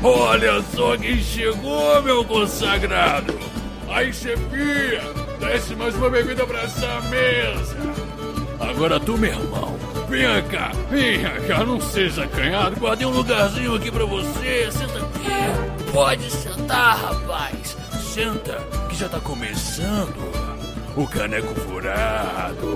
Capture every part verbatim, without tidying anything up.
Olha só quem chegou, meu consagrado! Aí, chefia, desce mais uma bebida pra essa mesa! Agora tu, meu irmão, venha cá, venha cá, não seja acanhado, guardei um lugarzinho aqui pra você, senta aqui. Pode sentar, rapaz, senta, que já tá começando o Caneco Furado.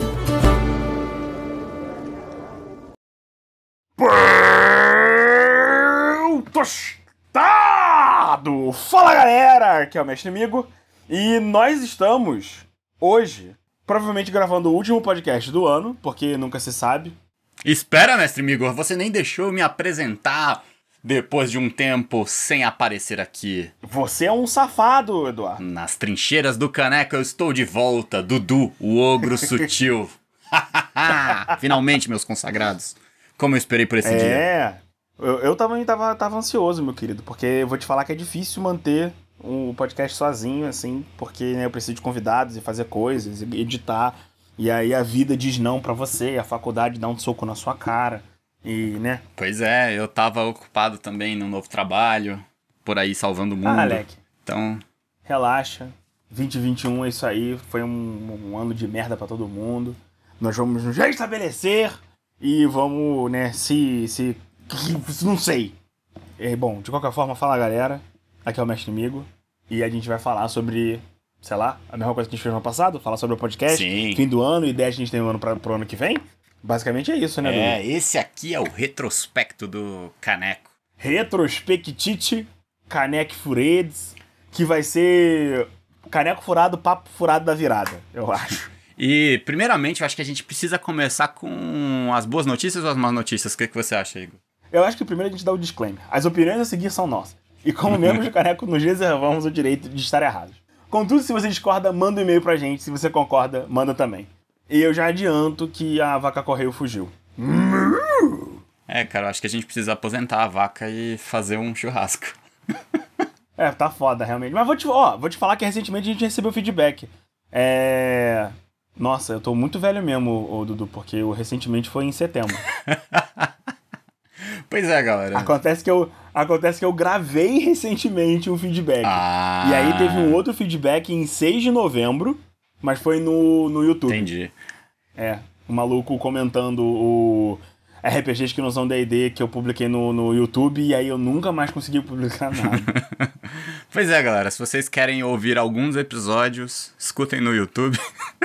Tostado! Fala, galera, aqui é o Mestre Amigo e nós estamos hoje provavelmente gravando o último podcast do ano, porque nunca se sabe. Espera, Mestre Amigo, você nem deixou me apresentar depois de um tempo sem aparecer aqui. Você é um safado, Eduardo. Nas trincheiras do Caneco eu estou de volta, Dudu, o ogro sutil. Finalmente, meus consagrados. Como eu esperei por esse é... dia. É, eu, eu também tava, tava ansioso, meu querido, porque eu vou te falar que é difícil manter um podcast sozinho, assim, porque né, eu preciso de convidados e fazer coisas, e editar, e aí a vida diz não pra você, a faculdade dá um soco na sua cara, e, né? Pois é, eu tava ocupado também num novo trabalho, por aí salvando o mundo. Ah, Alec, então... relaxa, vinte e vinte e um é isso aí, foi um, um ano de merda pra todo mundo, nós vamos nos restabelecer e vamos, né, se... se não sei. É, bom, de qualquer forma, fala, galera. Aqui é o Mestre Amigo. E a gente vai falar sobre, sei lá, a mesma coisa que a gente fez no ano passado. Falar sobre o podcast, Sim. Fim do ano, ideias que a gente tem no ano pra, pro ano que vem. Basicamente é isso, né, É, Dudu? esse aqui é o retrospecto do Caneco. Retrospectite Caneco Furedes, que vai ser Caneco Furado, Papo Furado da Virada, eu acho. E, primeiramente, eu acho que a gente precisa começar com as boas notícias ou as más notícias? O que, que você acha, Igor? Eu acho que primeiro a gente dá o disclaimer. As opiniões a seguir são nossas. E como membros do Caneco, nos reservamos o direito de estar errados. Contudo, se você discorda, manda um e-mail pra gente. Se você concorda, manda também. E eu já adianto que a vaca correio fugiu. É, cara, eu acho que a gente precisa aposentar a vaca e fazer um churrasco. É, tá foda, realmente. Mas vou te, ó, vou te falar que recentemente a gente recebeu feedback. É... Nossa, eu tô muito velho mesmo, ô, Dudu, porque eu recentemente foi em setembro. Pois é, galera. Acontece que eu, acontece que eu gravei recentemente um feedback. Ah. E aí teve um outro feedback em seis de novembro, mas foi no, no YouTube. Entendi. É, o maluco comentando o R P Gs que não são D e D que eu publiquei no, no YouTube, e aí eu nunca mais consegui publicar nada. Pois é, galera, se vocês querem ouvir alguns episódios, escutem no YouTube.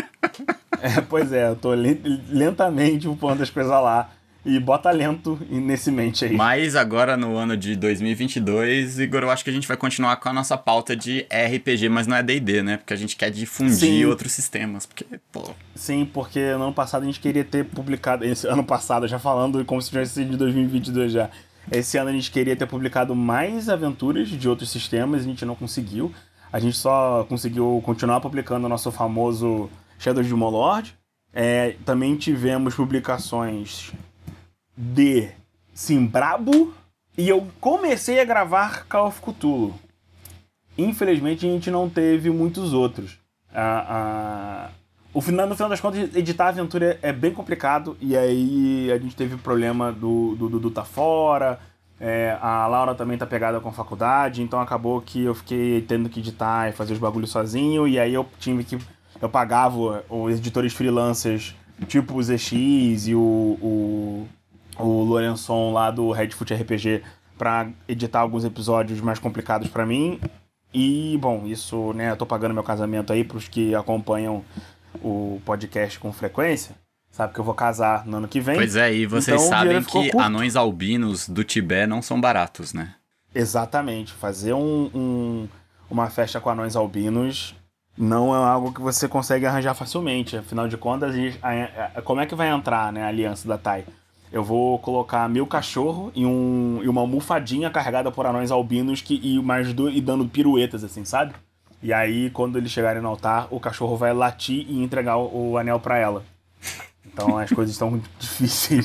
É, pois é, eu tô lentamente upando as coisas lá. E bota lento nesse mente aí. Mas agora no ano de dois mil e vinte e dois, Igor, eu acho que a gente vai continuar com a nossa pauta de R P G, mas não é D e D, né? Porque a gente quer difundir Sim. outros sistemas. Porque, pô... Sim, porque no ano passado a gente queria ter publicado... Esse ano passado, já falando como se tivesse sido de dois mil e vinte e dois já. Esse ano a gente queria ter publicado mais aventuras de outros sistemas, a gente não conseguiu. A gente só conseguiu continuar publicando o nosso famoso Shadows de Molord. É, também tivemos publicações de Simbrabo, e eu comecei a gravar Call of Cthulhu. Infelizmente a gente não teve muitos outros. Ah, ah, o final, no final das contas, editar a aventura é bem complicado, e aí a gente teve problema do Dudu do, do tá fora, é, a Laura também tá pegada com a faculdade, então acabou que eu fiquei tendo que editar e fazer os bagulhos sozinho, e aí eu tive que... Eu pagava os editores freelancers, tipo o Z X e o... o o Lourençon lá do Redfoot R P G pra editar alguns episódios mais complicados pra mim. E, bom, isso, né, eu tô pagando meu casamento aí pros que acompanham o podcast com frequência. Sabe que eu vou casar no ano que vem. Pois é, e vocês então, sabem que curto. anões albinos do Tibete não são baratos, né? Exatamente. Fazer um, um, uma festa com anões albinos não é algo que você consegue arranjar facilmente. Afinal de contas, a, a, como é que vai entrar, né, a aliança da T A I? Eu vou colocar mil cachorros e, um, e uma almofadinha carregada por anões albinos que, e, mais do, e dando piruetas, assim, sabe? E aí, quando eles chegarem no altar, o cachorro vai latir e entregar o, o anel pra ela. Então, as coisas estão muito difíceis.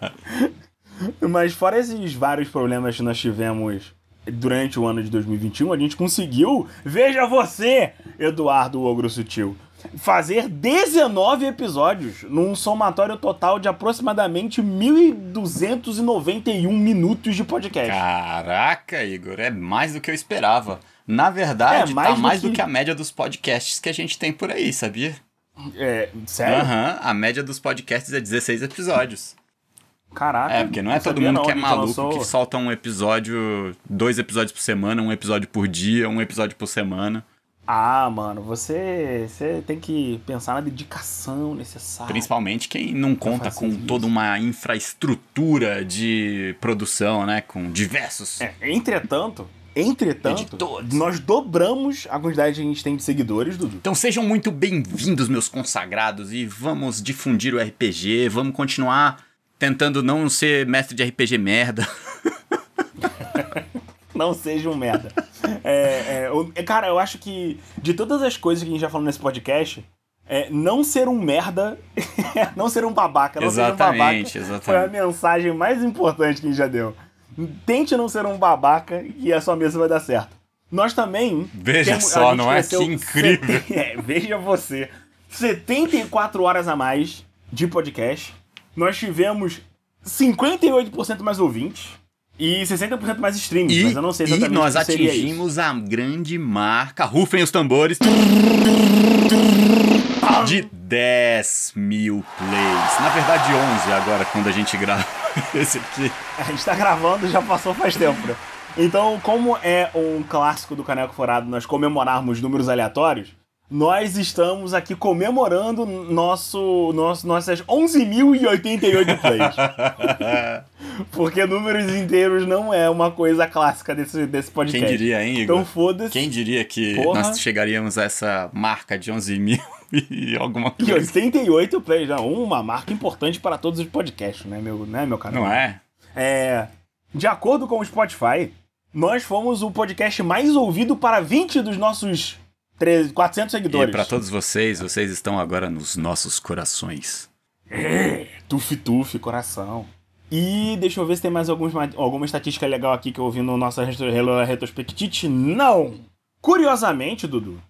Mas fora esses vários problemas que nós tivemos durante o ano de dois mil e vinte e um, a gente conseguiu, veja você, Eduardo o Ogro Sutil, fazer dezenove episódios num somatório total de aproximadamente mil duzentos e noventa e um minutos de podcast. Caraca, Igor, é mais do que eu esperava. Na verdade, é, mais tá do mais que... do que a média dos podcasts que a gente tem por aí, sabia? É, sério? Aham, uhum, a média dos podcasts é dezesseis episódios. Caraca. É, porque não é não todo mundo não, que é maluco lançou... que solta um episódio, dois episódios por semana, um episódio por dia, um episódio por semana. Ah, mano, você, você tem que pensar na dedicação necessária. Principalmente quem não conta com isso. Toda uma infraestrutura de produção, né? Com diversos... É, entretanto... Entretanto, editores. Nós dobramos a quantidade que a gente tem de seguidores, Dudu. Então sejam muito bem-vindos, meus consagrados, e vamos difundir o R P G, vamos continuar tentando não ser mestre de R P G merda. Não seja um merda. É, é, cara, eu acho que de todas as coisas que a gente já falou nesse podcast, é, não ser um merda, não ser um babaca, não exatamente, ser um babaca exatamente. foi a mensagem mais importante que a gente já deu. Tente não ser um babaca e a sua mesa vai dar certo. Nós também... Veja temos, só, não é que incrível? setenta, é, veja você. setenta e quatro horas a mais de podcast. Nós tivemos cinquenta e oito por cento mais ouvintes e sessenta por cento mais streams. E, mas eu não sei exatamente e nós o que seria atingimos isso. A grande marca, rufem os tambores, de dez mil plays. Na verdade, onze agora, quando a gente grava esse aqui. A gente tá gravando, já passou faz tempo, né? Então, como é um clássico do Caneco Furado nós comemorarmos números aleatórios, nós estamos aqui comemorando nosso, nosso, nossas onze mil e oitenta e oito plays. Porque números inteiros não é uma coisa clássica desse, desse podcast. Quem diria, hein, Igor? Então foda-se. Quem diria que Porra. Nós chegaríamos a essa marca de onze mil e alguma coisa? E oitenta e oito plays, não, uma marca importante para todos os podcasts, né, meu, né, meu canal? Não é? É... De acordo com o Spotify, nós fomos o podcast mais ouvido para vinte dos nossos treze, quatrocentos seguidores. E para todos vocês, vocês estão agora nos nossos corações. É, tuf tuf, coração. E deixa eu ver se tem mais alguns, alguma estatística legal aqui que eu ouvi no nosso retrospectite. Não! Curiosamente, Dudu,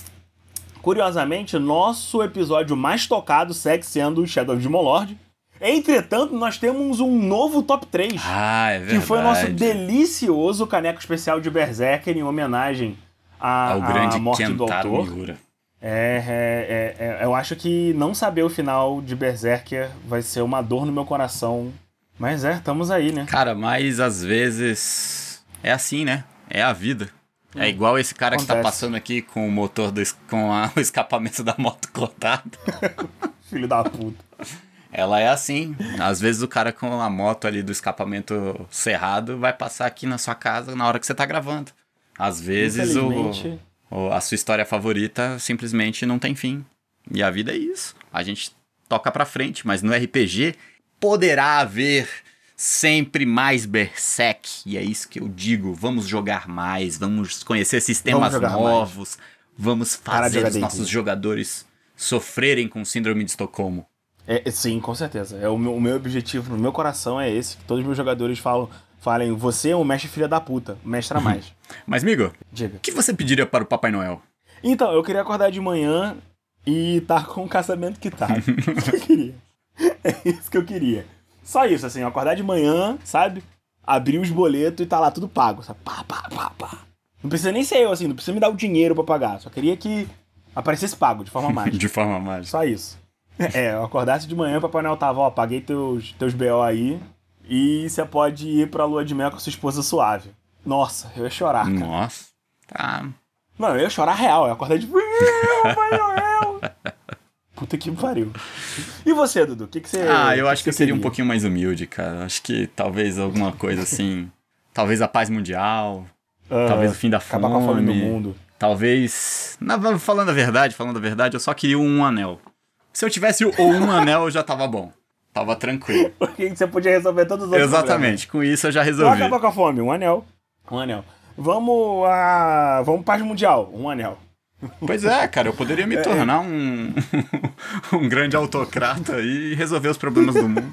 curiosamente, nosso episódio mais tocado segue sendo o Shadow of Demon Lord. Entretanto, nós temos um novo top três. Ah, é verdade. Que foi o nosso delicioso caneco especial de Berserker em homenagem à, Ao grande à morte Kentaro do autor. Miura. É, é, é, é, eu acho que não saber o final de Berserker vai ser uma dor no meu coração. Mas é, estamos aí, né? Cara, mas às vezes é assim, né? É a vida. Hum, é igual esse cara acontece. Que tá passando aqui com o motor, do, com a, o escapamento da moto cortado. Filho da puta. Ela é assim. Às vezes o cara com a moto ali do escapamento cerrado vai passar aqui na sua casa na hora que você tá gravando. Às vezes o, o, a sua história favorita simplesmente não tem fim. E a vida é isso. A gente toca pra frente, mas no R P G poderá haver sempre mais Berserk. E é isso que eu digo. Vamos jogar mais, vamos conhecer sistemas vamos novos, mais. Vamos fazer os nossos jogadores sofrerem com síndrome de Estocolmo. É, sim, com certeza. É o meu, o meu objetivo no meu coração é esse, que todos os meus jogadores falam, falem, você é um mestre filha da puta, mestra mais. Mas, amigo, diga. O que você pediria para o Papai Noel? Então, eu queria acordar de manhã e estar com o casamento quitado. É isso que eu queria. É isso que eu queria. Só isso, assim, acordar de manhã, sabe? Abrir os boletos e tá lá tudo pago, sabe? Pá, pá, pá, pá. Não precisa nem ser eu, assim, não precisa me dar o dinheiro pra pagar. Só queria que aparecesse pago, de forma mágica. De forma mágica. Só isso. É, eu acordasse de manhã, o Papai Noel tava, ó, paguei teus, teus B O aí e você pode ir pra lua de mel com sua esposa suave. Nossa, eu ia chorar, cara. Nossa, tá... Não, eu ia chorar real, eu ia acordar de... Papai Noel! Puta que pariu. E você, Dudu? O que, que você... Ah, eu que acho que, que eu seria um pouquinho mais humilde, cara. Acho que talvez alguma coisa assim... talvez a paz mundial, uh, talvez o fim da fome. Acabar com a fome do mundo. Talvez... Na, falando a verdade, falando a verdade, eu só queria um anel. Se eu tivesse o um anel, já tava bom. Tava tranquilo. Porque você podia resolver todos os outros Exatamente, problemas. Com isso eu já resolvi. Vamos acabar com a fome, um anel. Um anel. Vamos a... Vamos paz mundial, um anel. Pois é, cara, eu poderia me tornar um, um grande autocrata e resolver os problemas do mundo.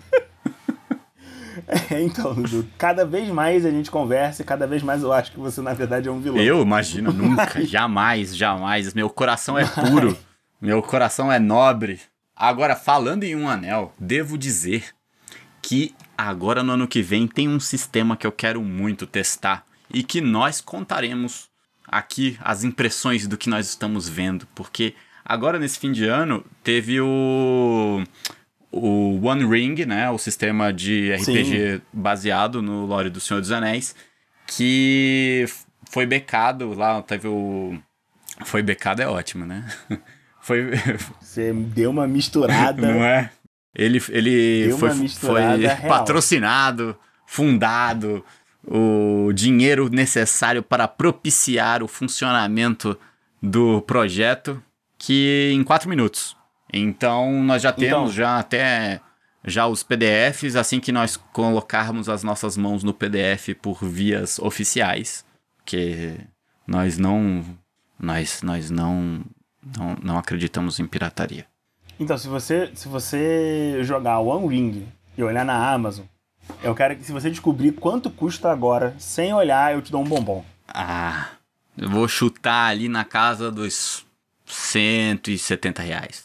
É, então, Dudu, cada vez mais a gente conversa e cada vez mais eu acho que você, na verdade, é um vilão. Eu? Imagina, nunca, jamais, jamais. Meu coração é puro. Meu coração é nobre. Agora, falando em um anel, devo dizer que agora no ano que vem tem um sistema que eu quero muito testar e que nós contaremos aqui as impressões do que nós estamos vendo, porque agora nesse fim de ano teve o, o One Ring, né, o sistema de R P G Sim. baseado no lore do Senhor dos Anéis, que foi becado lá, teve o... Foi becado é ótimo, né? Foi... Você deu uma misturada. Não é? Ele, ele foi, foi patrocinado, fundado, o dinheiro necessário para propiciar o funcionamento do projeto, que em quatro minutos. Então, nós já temos então, já até já os P D Fs, assim que nós colocarmos as nossas mãos no P D F por vias oficiais, que nós não, nós, nós não, não, não acreditamos em pirataria. Então, se você, se você jogar One Ring e olhar na Amazon, eu quero que se você descobrir quanto custa agora, sem olhar, eu te dou um bombom. Ah, eu vou chutar ali na casa dos cento e setenta reais.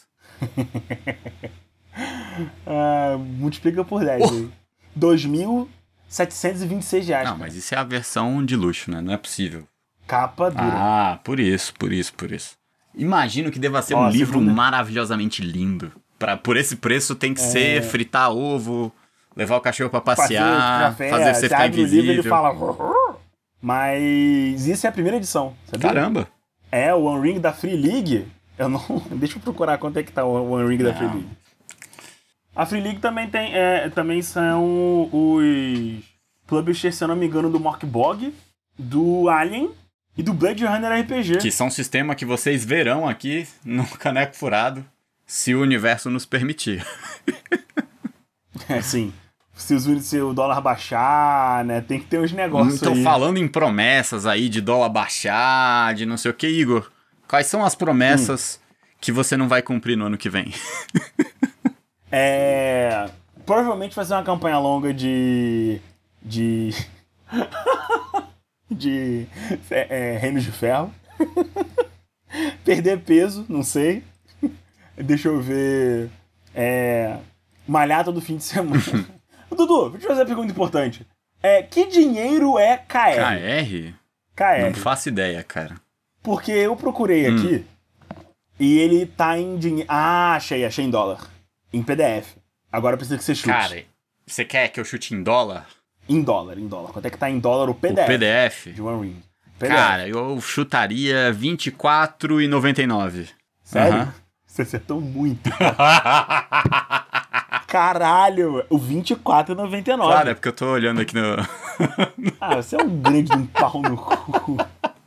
ah, multiplica por dez oh. aí. dois mil setecentos e vinte e seis reais. Não, cara. Mas isso é a versão de luxo, né? Não é possível. Capa dura. Ah, por isso, por isso, por isso. Imagino que deva ser oh, um livro segunda... maravilhosamente lindo. Pra, por esse preço tem que é... ser fritar ovo, levar o cachorro pra passear, café, fazer você ficar invisível. O livro, ele fala... Mas isso é a primeira edição, sabia? Caramba! É, o One Ring da Free League. Eu não... Deixa eu procurar quanto é que tá o One Ring da Free League. A Free League também tem... É, também são os publishers, se eu não me engano, do Morkborg, do Alien e do Blade Runner R P G. Que são um sistema que vocês verão aqui no Caneco Furado, se o universo nos permitir. É, sim. Se, os, se o dólar baixar, né? Tem que ter uns negócios Então, aí. falando em promessas aí de dólar baixar, de não sei o que, Igor, quais são as promessas hum. que você não vai cumprir no ano que vem? É... Provavelmente fazer uma campanha longa de... De... de... É, é, Reinos de Ferro. Perder peso, não sei. Deixa eu ver... É... Malhar todo fim de semana. Dudu, vou te fazer uma pergunta importante. É, que dinheiro é K R? K R? K R. Não faço ideia, cara. Porque eu procurei hum. aqui e ele tá em dinheiro... Ah, achei, achei em dólar. Em P D F. Agora precisa que você chute. Cara, você quer que eu chute em dólar? Em dólar, em dólar. Quanto é que tá em dólar o P D F? O P D F? De One Ring. P D F. Cara, eu chutaria vinte e quatro reais e noventa e nove centavos. Sério? Uhum. Você acertou muito. Caralho, o vinte e quatro reais e noventa e nove. Claro, é porque eu tô olhando aqui no... Ah, você é um grande um pau no cu.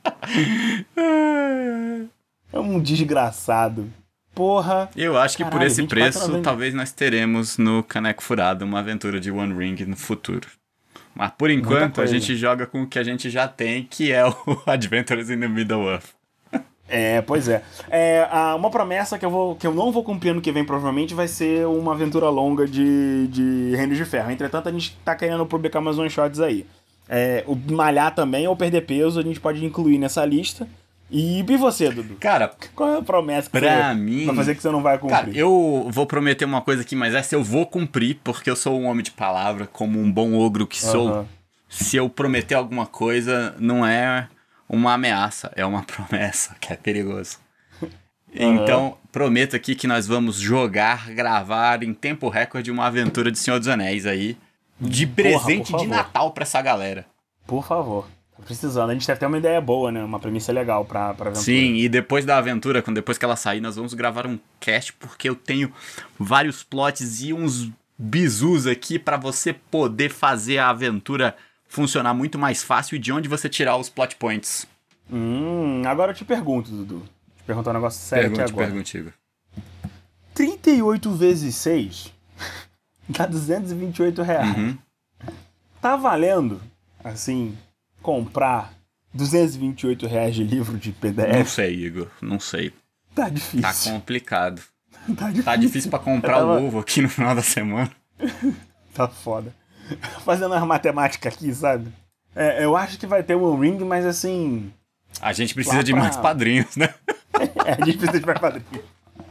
É um desgraçado. Porra. Eu acho que caralho, por esse preço, talvez nós teremos no Caneco Furado uma aventura de One Ring no futuro. Mas por enquanto, a gente joga com o que a gente já tem, que é o Adventures in the Middle-earth. É, pois é. é uma promessa que eu, vou, que eu não vou cumprir ano que vem, provavelmente, vai ser uma aventura longa de, de Reinos de Ferro. Entretanto, a gente tá querendo publicar mais one shots aí. É, o malhar também, ou perder peso, a gente pode incluir nessa lista. E, e você, Dudu? Cara, qual é a promessa que pra você mim, vai fazer que você não vai cumprir? Cara, eu vou prometer uma coisa aqui, mas essa eu vou cumprir, porque eu sou um homem de palavra, como um bom ogro que sou. Uhum. Se eu prometer alguma coisa, não é uma ameaça, é uma promessa, que é perigoso. Uhum. Então, prometo aqui que nós vamos jogar, gravar em tempo recorde uma aventura de Senhor dos Anéis aí, de presente Porra, de Natal pra essa galera. Por favor. Tá precisando. A gente deve ter uma ideia boa, né? Uma premissa legal pra, pra aventura. Sim, e depois da aventura, quando depois que ela sair, nós vamos gravar um cast, porque eu tenho vários plots e uns bizus aqui pra você poder fazer a aventura funcionar muito mais fácil e de onde você tirar os plot points. Hum, agora eu te pergunto, Dudu. Vou te perguntar um negócio sério pergunte, aqui agora. Pergunte, Igor. trinta e oito vezes seis dá duzentos e vinte e oito reais. Uhum. Tá valendo, assim, comprar duzentos e vinte e oito reais de livro de P D F? Não sei, Igor. Não sei. Tá difícil. Tá complicado. Tá difícil. Tá difícil pra comprar tava... o ovo aqui no final da semana. Tá foda. Fazendo as matemáticas aqui, sabe? É, eu acho que vai ter um ring, mas assim... A gente precisa de pra... mais padrinhos, né? É, a gente precisa de mais padrinhos.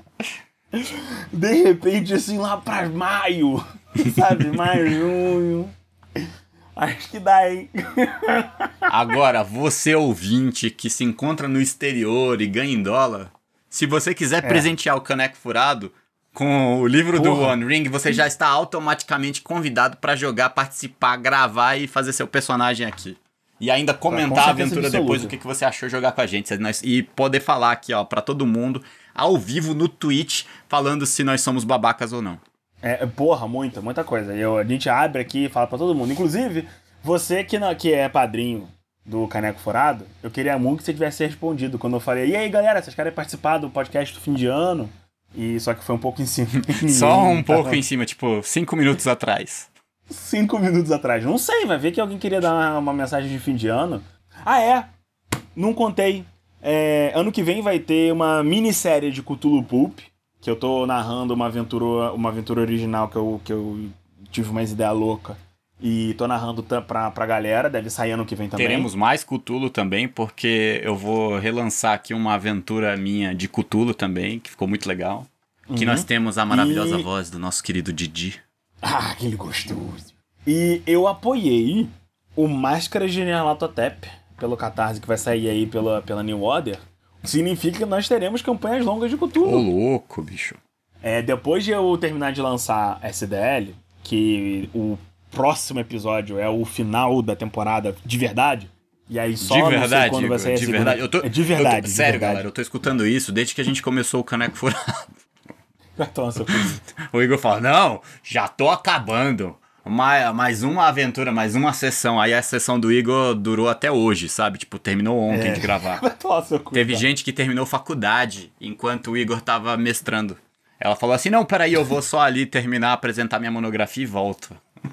De repente, assim, lá pra maio, sabe? Maio, junho. Acho que dá, hein? Agora, você ouvinte que se encontra no exterior e ganha em dólar, se você quiser é. presentear o Caneco Furado com o livro Porra. do One Ring, você já está automaticamente convidado para jogar, participar, gravar e fazer seu personagem aqui. E ainda comentar a aventura absoluta. Depois, o que você achou jogar com a gente. E poder falar aqui, ó, pra todo mundo, ao vivo no Twitch, falando se nós somos babacas ou não. É, porra, muita, muita coisa. Eu, a gente abre aqui e fala pra todo mundo. Inclusive, você que, não, que é padrinho do Caneco Furado, eu queria muito que você tivesse respondido quando eu falei: e aí, galera, vocês querem participar do podcast do fim de ano? E só que foi um pouco em cima. Só um pouco em cima, tipo, cinco minutos atrás. Cinco minutos atrás. Não sei, vai ver que alguém queria dar uma, uma mensagem de fim de ano. Ah, é? Não contei. É, ano que vem vai ter uma minissérie de Cthulhu Pulp, que eu tô narrando uma aventura, uma aventura original que eu, que eu tive uma ideia louca. E tô narrando pra, pra galera, deve sair ano que vem também. Teremos mais Cthulhu também, porque eu vou relançar aqui uma aventura minha de Cthulhu também, que ficou muito legal. Uhum. Que nós temos a maravilhosa e... voz do nosso querido Didi. Ah, aquele gostoso. E eu apoiei o Máscaras de Nyarlathotep pelo Catarse, que vai sair aí pela, pela New Order. Significa que nós teremos campanhas longas de Cthulhu. Ô, louco, bicho. É, depois de eu terminar de lançar S D L, que o próximo episódio é o final da temporada de verdade, e aí só de não verdade, sei quando vai sair de a verdade. Eu tô, é de verdade. Eu tô, de sério, verdade. galera, eu tô escutando isso desde que a gente começou o Caneco Furado. O Igor fala: não, já tô acabando. Mais, mais uma aventura, mais uma sessão. Aí a sessão do Igor durou até hoje, sabe? Tipo, terminou ontem é. de gravar. Teve gente que terminou faculdade enquanto o Igor tava mestrando. Ela falou assim: não, peraí, eu vou só ali terminar, apresentar minha monografia e volto.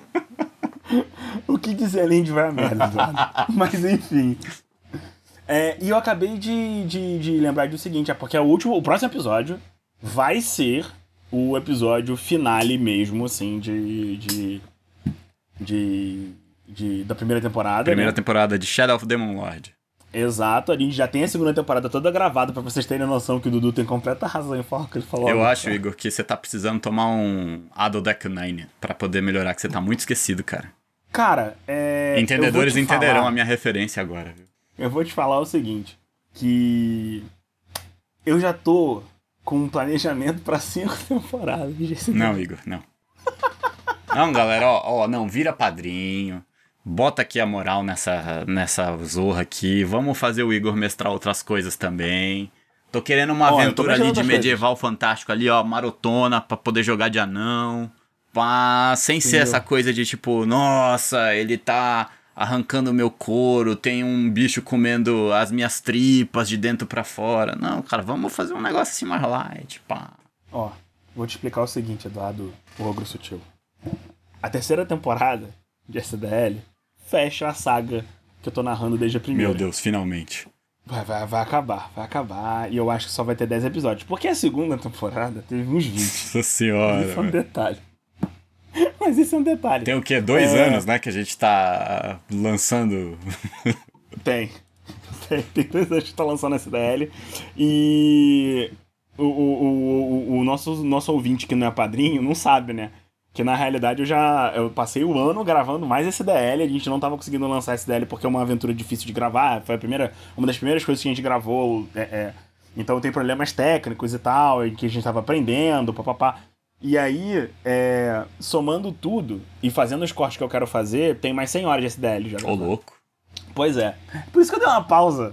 O que quiser além de vai a merda, Eduardo. Mas enfim. É, e eu acabei de, de, de lembrar do seguinte, é porque o, último, o próximo episódio vai ser o episódio finale mesmo, assim, de... de, de, de da primeira temporada. Primeira né? temporada de Shadow of Demon Lord. Exato, a gente já tem a segunda temporada toda gravada pra vocês terem noção que o Dudu tem completa razão em falar o que ele falou. Eu acho, Igor, que você tá precisando tomar um Adodeck nove pra poder melhorar, que você tá muito esquecido, cara. Cara, é... Entendedores entenderão falar... a minha referência agora, viu? Eu vou te falar o seguinte, que eu já tô com um planejamento pra cinco temporadas. Não, Igor, não. Não, galera, ó, ó, não, vira padrinho, bota aqui a moral nessa, nessa zorra aqui, vamos fazer o Igor mestrar outras coisas também. Tô querendo uma ó, aventura ali de medieval coisas. fantástico ali, ó, marotona, pra poder jogar de anão, pá, sem Entendeu? ser essa coisa de tipo, nossa, ele tá... arrancando o meu couro, tem um bicho comendo as minhas tripas de dentro pra fora. Não, cara, vamos fazer um negócio assim mais light, pá. Ó, vou te explicar o seguinte, Eduardo, o Ogro Sutil. A terceira temporada de S D L fecha a saga que eu tô narrando desde a primeira. Meu Deus, finalmente. Vai, vai, vai acabar, vai acabar. E eu acho que só vai ter dez episódios. Porque a segunda temporada teve uns vinte. Nossa senhora. Isso é um detalhe. Mas isso é um detalhe. Tem o quê? Dois é... anos, né? Que a gente tá lançando. Tem. Tem, tem dois anos que tá lançando a S D L. E o, o, o, o nosso, nosso ouvinte que não é padrinho não sabe, né? Que na realidade eu já eu passei o ano gravando mais S D L. A gente não tava conseguindo lançar S D L porque é uma aventura difícil de gravar. Foi a primeira, uma das primeiras coisas que a gente gravou. É, é... Então tem problemas técnicos e tal, e que a gente tava aprendendo, papapá. E aí, é, somando tudo e fazendo os cortes que eu quero fazer, tem mais cem horas de S D L já. Ô, louco. Pois é. Por isso que eu dei uma pausa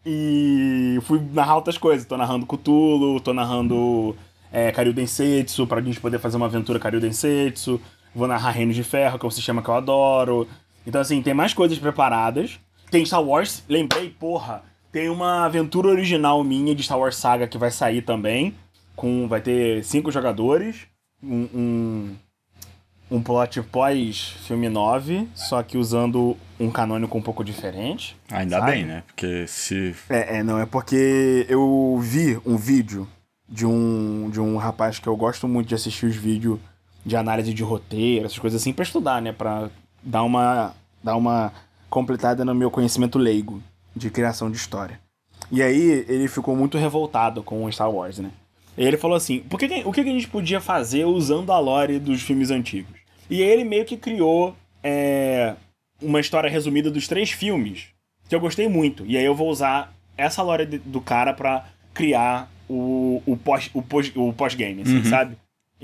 e fui narrar outras coisas. Tô narrando Cthulhu, tô narrando é, Karyu Densetsu, pra gente poder fazer uma aventura Karyu Densetsu. Vou narrar Reinos de Ferro, que é um sistema que eu adoro. Então, assim, tem mais coisas preparadas. Tem Star Wars, lembrei, porra, tem uma aventura original minha de Star Wars Saga que vai sair também. Com, vai ter cinco jogadores. Um, um, um plot pós-filme nove, só que usando um canônico um pouco diferente. Ainda sabe? bem, né? Porque se... É, é, não, é porque eu vi um vídeo de um, de um rapaz que eu gosto muito de assistir os vídeos de análise de roteiro, essas coisas assim, pra estudar, né? Pra dar uma, dar uma completada no meu conhecimento leigo de criação de história. E aí, ele ficou muito revoltado com o Star Wars, né? E ele falou assim, por que que, o que, que a gente podia fazer usando a lore dos filmes antigos? E aí ele meio que criou é, uma história resumida dos três filmes, que eu gostei muito. E aí eu vou usar essa lore de, do cara pra criar o, o pós, o pós, o pós-game, assim, uhum. sabe?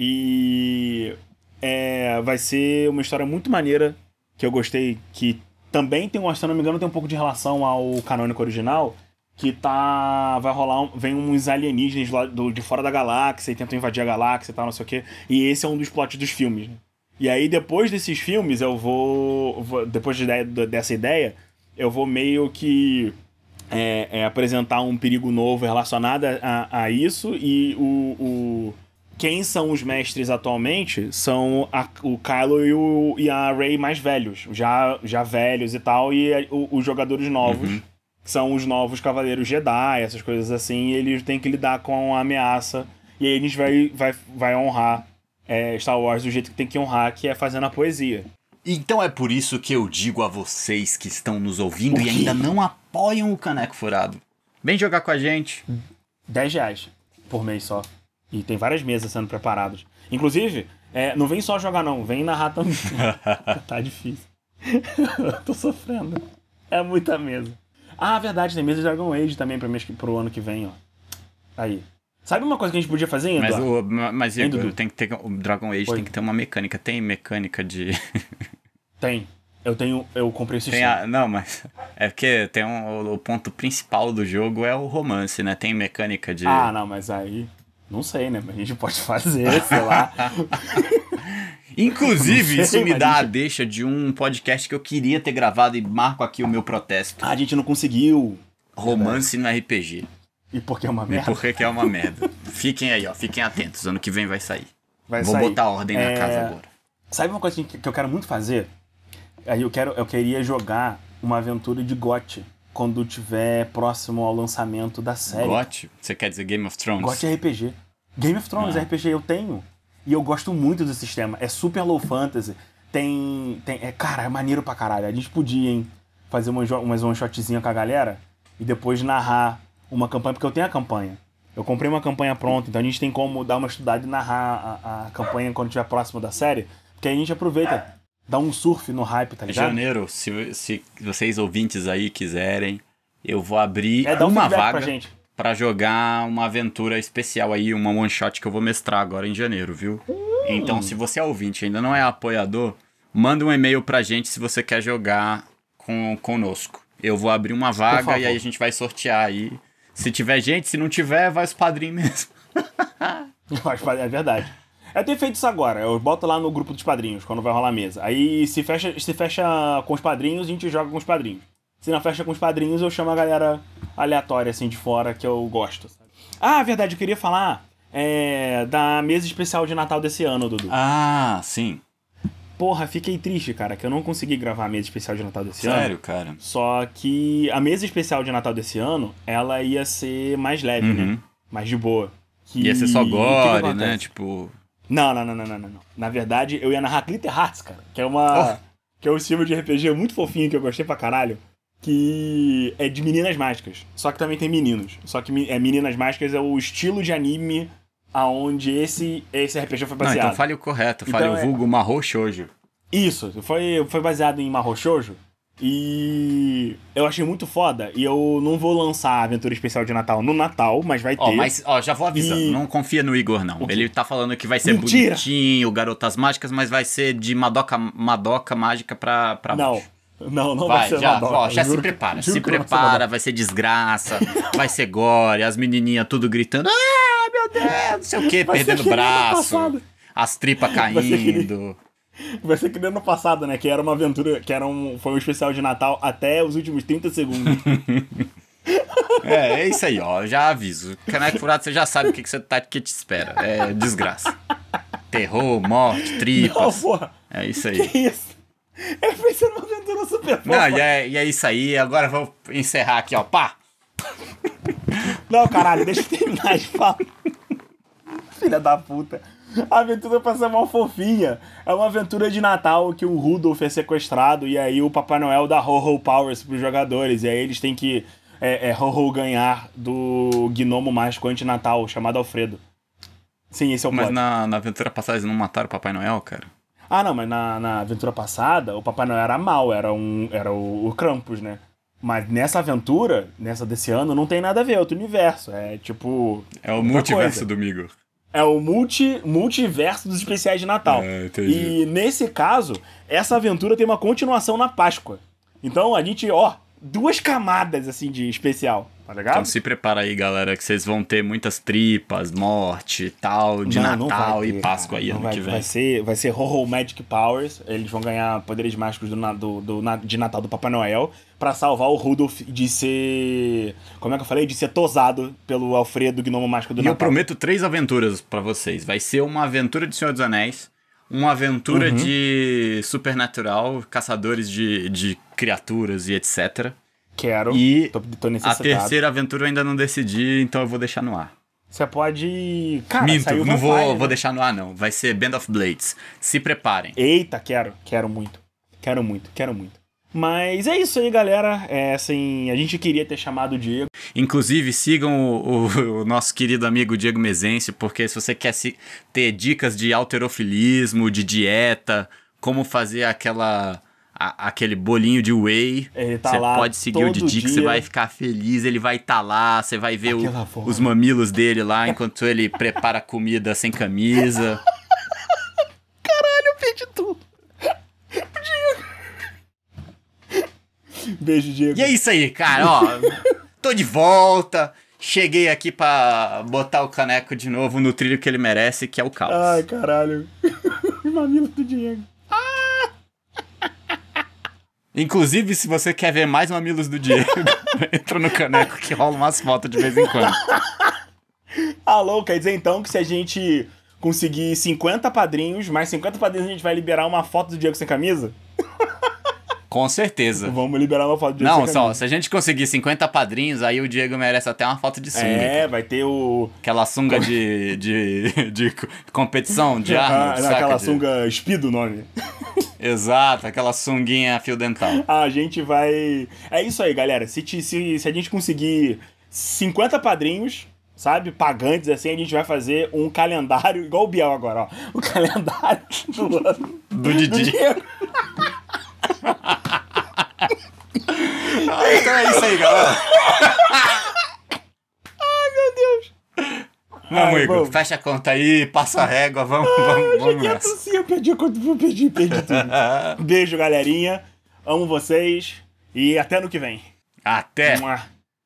E é, vai ser uma história muito maneira, que eu gostei, que também tem, se eu não me engano, tem um pouco de relação ao canônico original, que tá... vai rolar... Um, vem uns alienígenas lá do, de fora da galáxia e tentam invadir a galáxia e tal, não sei o quê. E esse é um dos plots dos filmes, né? E aí, depois desses filmes, eu vou... vou depois de, de, dessa ideia, eu vou meio que é, é, apresentar um perigo novo relacionado a, a isso. E o, o... quem são os mestres atualmente são a, o Kylo e, o, e a Rey mais velhos. Já, já velhos e tal. E a, o, os jogadores novos... Uhum. São os novos Cavaleiros Jedi, essas coisas assim, e eles têm que lidar com a ameaça, e aí eles vai, vai, vai honrar é, Star Wars do jeito que tem que honrar, que é fazendo a poesia. Então é por isso que eu digo a vocês que estão nos ouvindo e ainda não apoiam o Caneco Furado. Vem jogar com a gente. dez reais por mês só. E tem várias mesas sendo preparadas. Inclusive, é, não vem só jogar não, vem narrar também. Tá difícil. Eu tô sofrendo. É muita mesa. Ah, verdade, tem mesa de Dragon Age também pra mês, pro ano que vem, ó. Aí. Sabe uma coisa que a gente podia fazer, Eduardo? Mas, o, mas Igor, tem que ter, o Dragon Age Oi. tem que ter uma mecânica. Tem mecânica de... Tem. Eu tenho... Eu comprei o sistema. A, não, mas... É porque tem um, o ponto principal do jogo é o romance, né? Tem mecânica de... Ah, não, mas aí... Não sei, né? Mas a gente pode fazer, sei lá... Inclusive, sei, isso me dá gente... a deixa de um podcast que eu queria ter gravado e marco aqui o meu protesto. Ah, a gente não conseguiu. Romance no R P G. E por que é uma merda? E por que é uma merda. Fiquem aí, ó. Fiquem atentos. Ano que vem vai sair. Vai Vou sair. botar ordem é... na casa agora. Sabe uma coisa que eu quero muito fazer? Aí eu, quero, eu queria jogar uma aventura de G O T quando tiver próximo ao lançamento da série. G O T? Você quer dizer Game of Thrones? G O T R P G. Game of Thrones, ah. R P G, eu tenho. E eu gosto muito do sistema. É super low fantasy. Tem... tem é, cara, é maneiro pra caralho. A gente podia, hein, fazer umas, umas one shotzinha com a galera e depois narrar uma campanha, porque eu tenho a campanha. Eu comprei uma campanha pronta, então a gente tem como dar uma estudada e narrar a, a campanha quando estiver próximo da série, porque aí a gente aproveita, dá um surf no hype, tá ligado? Janeiro, se, se vocês ouvintes aí quiserem, eu vou abrir é, dá um uma vaga pra gente. Pra jogar uma aventura especial aí, uma one shot que eu vou mestrar agora em janeiro, viu? Hum. Então, se você é ouvinte e ainda não é apoiador, manda um e-mail pra gente se você quer jogar com, conosco. Eu vou abrir uma vaga e aí a gente vai sortear aí. Se tiver gente, se não tiver, vai os padrinhos mesmo. É verdade. Eu tenho feito isso agora, eu boto lá no grupo dos padrinhos, quando vai rolar a mesa. Aí se fecha, se fecha com os padrinhos, a gente joga com os padrinhos. Se não fecha com os padrinhos, eu chamo a galera aleatória, assim, de fora, que eu gosto. Sabe? Ah, verdade, eu queria falar é, da mesa especial de Natal desse ano, Dudu. Ah, sim. Porra, fiquei triste, cara, que eu não consegui gravar a mesa especial de Natal desse Sério, ano. Sério, cara? Só que a mesa especial de Natal desse ano, ela ia ser mais leve, uhum. né? Mais de boa. Que... Ia ser só gore, que que né? Tipo... Não, não, não, não, não, não. Na verdade, eu ia narrar Glitter Hearts, cara, que é uma... Oh. Que é um estilo de R P G muito fofinho que eu gostei pra caralho. Que é de meninas mágicas. Só que também tem meninos. Só que é Meninas Mágicas é o estilo de anime aonde esse, esse R P G foi baseado. Não, então fale o correto. Fale então, o vulgo é... Mahou Shoujo. Isso. Foi, foi baseado em Mahou Shoujo. E eu achei muito foda. E eu não vou lançar a aventura especial de Natal no Natal, mas vai ter. Ó, mas ó, já vou avisando. E... Não confia no Igor, não. Ele tá falando que vai ser Mentira. bonitinho, Garotas Mágicas, mas vai ser de Madoka, Madoka Mágica pra, pra não. baixo. Não, não vai, vai ser já, Madoka. Ó, já juro, se prepara, juro se prepara, vai ser desgraça, vai ser gore, as menininhas tudo gritando, ah, meu Deus, não sei o que, perdendo o braço, as tripas caindo. Vai ser que nem ano passado, né, que era uma aventura, que era um, foi um especial de Natal até os últimos trinta segundos. É, é isso aí, ó, já aviso. Caneco Furado, você já sabe o que, que, você tá, que te espera, é desgraça. Terror, morte, tripas, não, porra. É isso aí. Que isso? Eu pensei numa aventura super fofa. Não, e é, e é isso aí. Agora eu vou encerrar aqui, ó. Pá! Não, caralho, deixa eu terminar de falar. Filha da puta. A aventura pra ser uma fofinha. É uma aventura de Natal que o Rudolph é sequestrado e aí o Papai Noel dá Ho-Ho Powers pros jogadores. E aí eles têm que é, é, Ho-Ho ganhar do gnomo mágico anti-natal chamado Alfredo. Sim, esse é o Mas plot. na, na aventura passada eles não mataram o Papai Noel, cara? Ah, não, mas na, na aventura passada, o Papai Noel era mal, era, um, era o, o Krampus, né? Mas nessa aventura, nessa desse ano, não tem nada a ver, é outro universo. É tipo. É o outra multiverso coisa. do Migor. É o multi, multiverso dos especiais de Natal. É, entendi. E nesse caso, essa aventura tem uma continuação na Páscoa. Então a gente, ó, duas camadas assim de especial, tá ligado? Então se prepara aí, galera, que vocês vão ter muitas tripas, morte e tal, de Não, não Natal vai ter, e Páscoa cara. aí Não ano vai, que vem. Vai ser, vai ser Ho-Ho Magic Powers. Eles vão ganhar poderes mágicos do, na- do, do, na- de Natal do Papai Noel pra salvar o Rudolph de ser... Como é que eu falei? De ser tosado pelo Alfredo, Gnomo Mágico do E Natal. eu prometo três aventuras pra vocês. Vai ser uma aventura de Senhor dos Anéis, uma aventura Uhum. de Supernatural, caçadores de, de criaturas e etcétera. Quero. E tô, tô a necessitado. terceira aventura eu ainda não decidi, então eu vou deixar no ar. Você pode... Cara, Minto, saiu não vou, Vampire, vou né? deixar no ar não. Vai ser Band of Blades. Se preparem. Eita, quero. Quero muito. Quero muito, quero muito. Mas é isso aí, galera. É, assim, a gente queria ter chamado o Diego. Inclusive, sigam o, o- o nosso querido amigo Diego Mezencio, porque se você quer se- ter dicas de halterofilismo, de dieta, como fazer aquela, a- aquele bolinho de whey, Ele tá você lá pode seguir o todo Didi, que dia. você vai ficar feliz, ele vai estar lá, você vai ver o- Aquela voz. os mamilos dele lá, enquanto ele prepara comida sem camisa. Eu perdi tudo. Beijo, Diego. E é isso aí, cara, ó, tô de volta, cheguei aqui pra botar o caneco de novo no trilho que ele merece, que é o caos. Ai, caralho. Mamilo do Diego. Inclusive, se você quer ver mais mamilos do Diego, entra no caneco que rola umas fotos de vez em quando. Alô, quer dizer então que se a gente conseguir cinquenta padrinhos, mais cinquenta padrinhos, a gente vai liberar uma foto do Diego sem camisa? Com certeza. Vamos liberar uma foto do Diego Não, sem só, camisa. se a gente conseguir cinquenta padrinhos, aí o Diego merece até uma foto de sunga. É, vai ter o... Aquela sunga de, de, de competição, de Ah, arma, saca? aquela De- sunga Speed, o nome. Exato, aquela sunguinha fio dental. A gente vai... É isso aí, galera. Se, te- se, se a gente conseguir cinquenta padrinhos, sabe, pagantes, assim, a gente vai fazer um calendário, igual o Biel agora, ó. O calendário do ano Do Didi. Diego. Ah, então é isso aí, galera. Ai, meu Deus. Vamos, Ai, Igor, vamos. fecha a conta aí, passa a régua, vamos, vamos, vamos Cheguei a nessa. tossir, eu perdi a conta, eu perdi, perdi tudo. Beijo, galerinha. Amo vocês. E até ano que vem. Até! Mua.